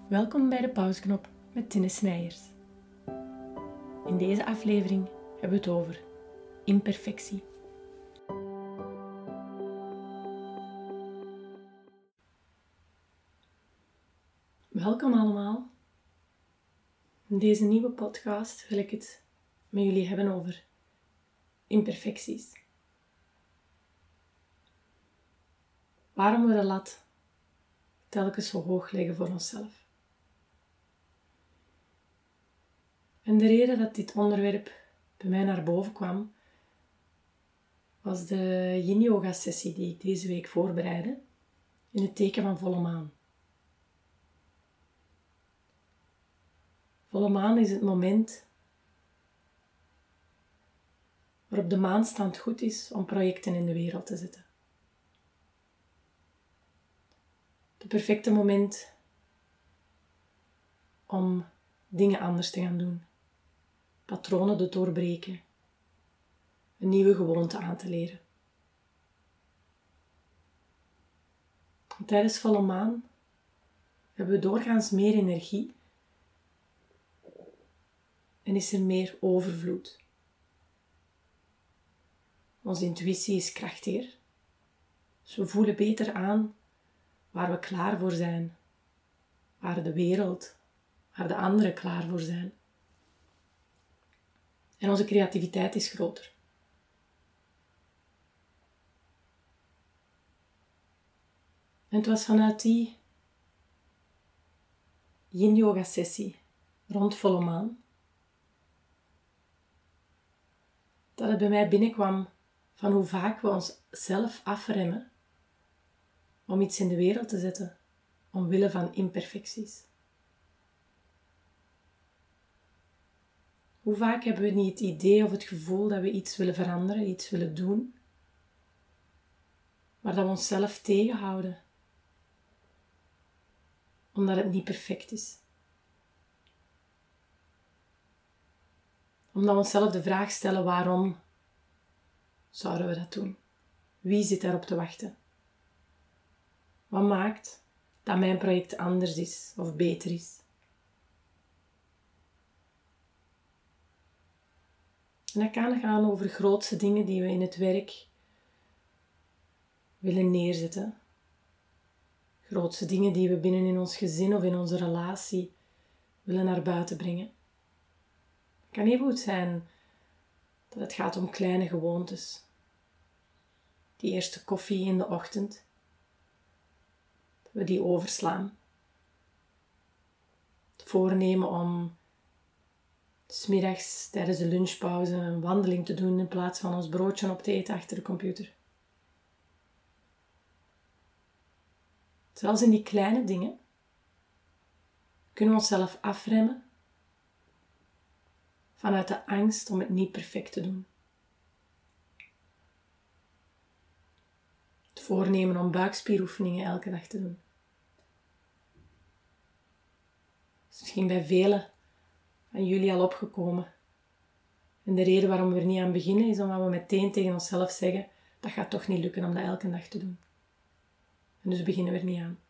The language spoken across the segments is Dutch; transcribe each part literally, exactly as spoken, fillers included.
Welkom bij de Pauzeknop met Tinne Snijers. In deze aflevering hebben we het over imperfectie. Welkom allemaal. In deze nieuwe podcast wil ik het met jullie hebben over imperfecties. Waarom we de lat telkens zo hoog leggen voor onszelf. En de reden dat dit onderwerp bij mij naar boven kwam, was de Yin Yoga sessie die ik deze week voorbereidde in het teken van volle maan. Volle maan is het moment waarop de maanstand goed is om projecten in de wereld te zetten. Het perfecte moment om dingen anders te gaan doen. Patronen te doorbreken. Een nieuwe gewoonte aan te leren. Tijdens volle maan hebben we doorgaans meer energie en is er meer overvloed. Onze intuïtie is krachtiger, dus we voelen beter aan waar we klaar voor zijn, waar de wereld, waar de anderen klaar voor zijn. En onze creativiteit is groter. En het was vanuit die Yin Yoga sessie rond volle maan dat het bij mij binnenkwam van hoe vaak we onszelf afremmen om iets in de wereld te zetten omwille van imperfecties. Hoe vaak hebben we niet het idee of het gevoel dat we iets willen veranderen, iets willen doen, maar dat we onszelf tegenhouden, omdat het niet perfect is. Omdat we onszelf de vraag stellen waarom zouden we dat doen? Wie zit daarop te wachten? Wat maakt dat mijn project anders is of beter is? En dat kan gaan over grootste dingen die we in het werk willen neerzetten. Grootste dingen die we binnen in ons gezin of in onze relatie willen naar buiten brengen. Het kan even goed zijn dat het gaat om kleine gewoontes. Die eerste koffie in de ochtend. Dat we die overslaan. Het voornemen om 's middags tijdens de lunchpauze een wandeling te doen in plaats van ons broodje op te eten achter de computer. Zelfs in die kleine dingen kunnen we onszelf afremmen vanuit de angst om het niet perfect te doen. Het voornemen om buikspieroefeningen elke dag te doen. Dat is misschien bij velen aan jullie al opgekomen. En de reden waarom we er niet aan beginnen is omdat we meteen tegen onszelf zeggen: dat gaat toch niet lukken om dat elke dag te doen. En dus beginnen we er niet aan.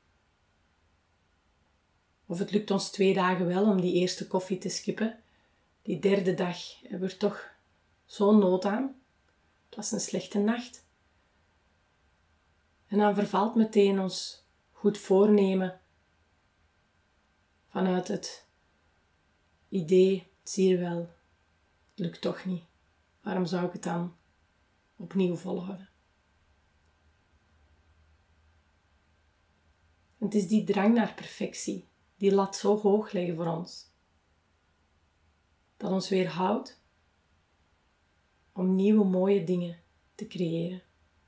Of het lukt ons twee dagen wel om die eerste koffie te skippen. Die derde dag hebben we er toch zo'n nood aan. Het was een slechte nacht. En dan vervalt meteen ons goed voornemen vanuit het idee: zie je wel, het lukt toch niet. Waarom zou ik het dan opnieuw volhouden? En het is die drang naar perfectie, die lat zo hoog leggen voor ons, dat ons weerhoudt om nieuwe mooie dingen te creëren.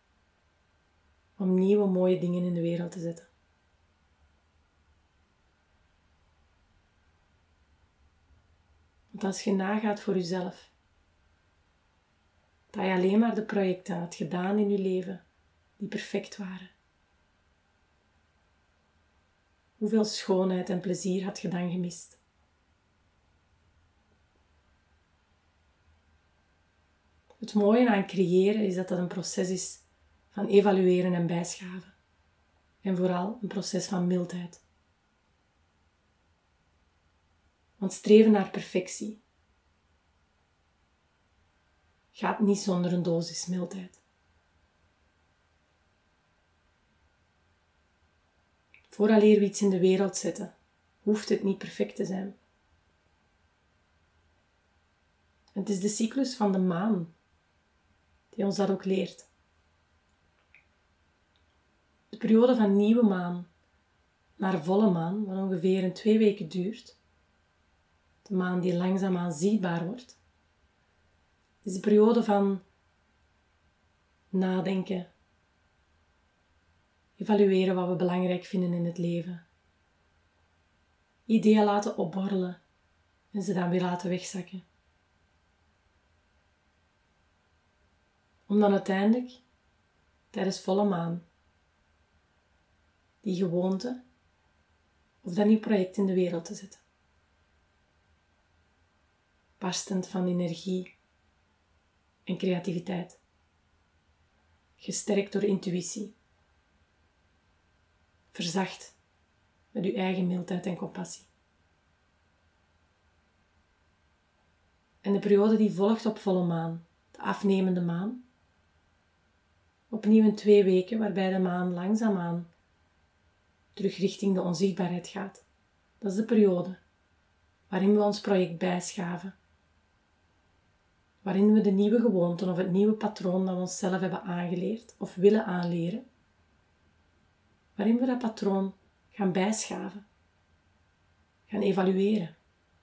Om nieuwe mooie dingen in de wereld te zetten. Want als je nagaat voor jezelf, dat je alleen maar de projecten had gedaan in je leven die perfect waren. Hoeveel schoonheid en plezier had je dan gemist? Het mooie aan creëren is dat dat een proces is van evalueren en bijschaven. En vooral een proces van mildheid. Want streven naar perfectie gaat niet zonder een dosis mildheid. Vooraleer we iets in de wereld zetten, hoeft het niet perfect te zijn. Het is de cyclus van de maan die ons dat ook leert. De periode van nieuwe maan naar volle maan, wat ongeveer een twee weken duurt, de maan die langzaamaan zichtbaar wordt, is de periode van nadenken, evalueren wat we belangrijk vinden in het leven, ideeën laten opborrelen en ze dan weer laten wegzakken. Om dan uiteindelijk, tijdens volle maan, die gewoonte of dat nieuw project in de wereld te zetten. Barstend van energie en creativiteit. Gesterkt door intuïtie. Verzacht met uw eigen mildheid en compassie. En de periode die volgt op volle maan, de afnemende maan, opnieuw in twee weken waarbij de maan langzaamaan terug richting de onzichtbaarheid gaat. Dat is de periode waarin we ons project bijschaven. Waarin we de nieuwe gewoonten of het nieuwe patroon dat we onszelf hebben aangeleerd of willen aanleren, waarin we dat patroon gaan bijschaven, gaan evalueren.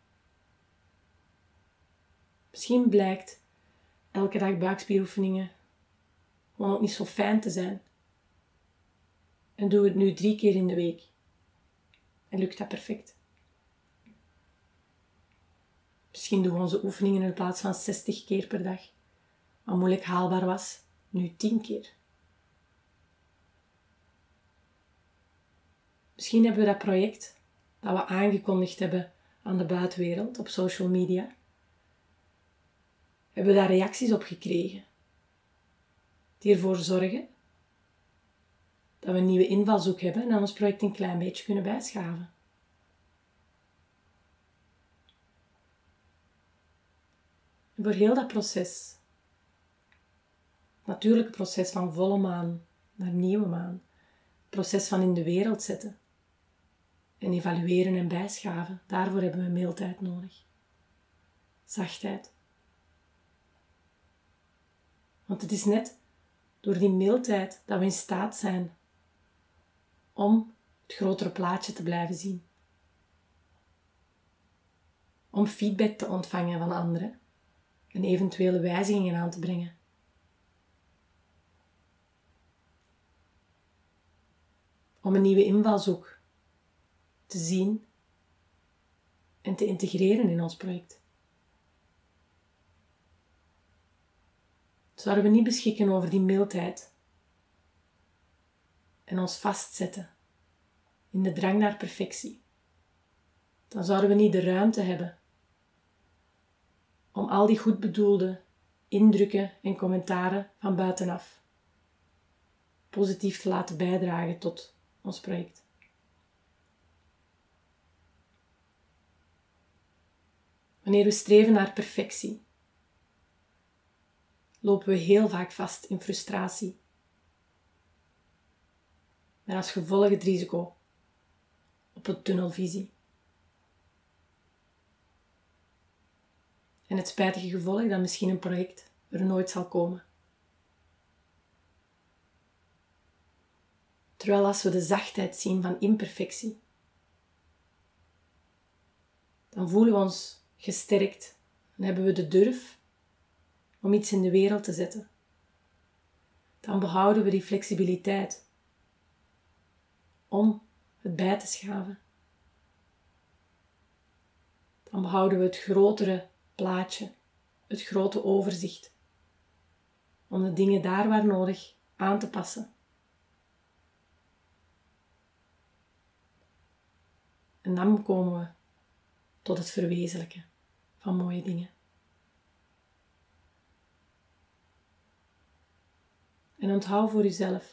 Misschien blijkt elke dag buikspieroefeningen gewoon ook niet zo fijn te zijn. En doen we het nu drie keer in de week. En lukt dat perfect. Misschien doen we onze oefeningen in plaats van zestig keer per dag, wat moeilijk haalbaar was, nu tien keer. Misschien hebben we dat project dat we aangekondigd hebben aan de buitenwereld op social media, hebben we daar reacties op gekregen, die ervoor zorgen dat we een nieuwe invalshoek hebben en aan ons project een klein beetje kunnen bijschaven. En voor heel dat proces, het natuurlijke proces van volle maan naar nieuwe maan, het proces van in de wereld zetten en evalueren en bijschaven, daarvoor hebben we mildheid nodig. Zachtheid. Want het is net door die mildheid dat we in staat zijn om het grotere plaatje te blijven zien. Om feedback te ontvangen van anderen en eventuele wijzigingen aan te brengen. Om een nieuwe invalshoek te zien en te integreren in ons project. Zouden we niet beschikken over die mildheid en ons vastzetten in de drang naar perfectie, dan zouden we niet de ruimte hebben om al die goed bedoelde indrukken en commentaren van buitenaf positief te laten bijdragen tot ons project. Wanneer we streven naar perfectie, lopen we heel vaak vast in frustratie. Met als gevolg het risico op een tunnelvisie. En het spijtige gevolg dat misschien een project er nooit zal komen. Terwijl als we de zachtheid zien van imperfectie, dan voelen we ons gesterkt en hebben we de durf om iets in de wereld te zetten. Dan behouden we die flexibiliteit om het bij te schaven. Dan behouden we het grotere plaatje, het grote overzicht, om de dingen daar waar nodig aan te passen. En dan komen we tot het verwezenlijken van mooie dingen. En onthoud voor jezelf.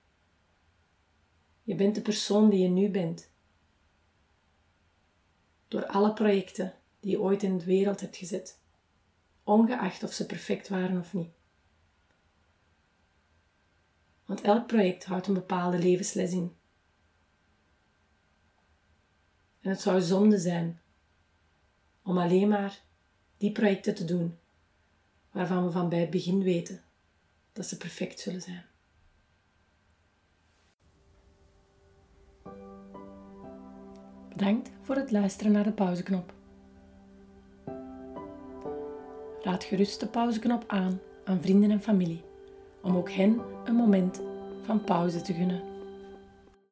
Je bent de persoon die je nu bent. door alle projecten die je ooit in de wereld hebt gezet, ongeacht of ze perfect waren of niet. Want elk project houdt een bepaalde levensles in. En het zou zonde zijn om alleen maar die projecten te doen waarvan we van bij het begin weten dat ze perfect zullen zijn. Bedankt voor het luisteren naar de pauzeknop. Raad gerust de pauzeknop aan aan vrienden en familie, om ook hen een moment van pauze te gunnen.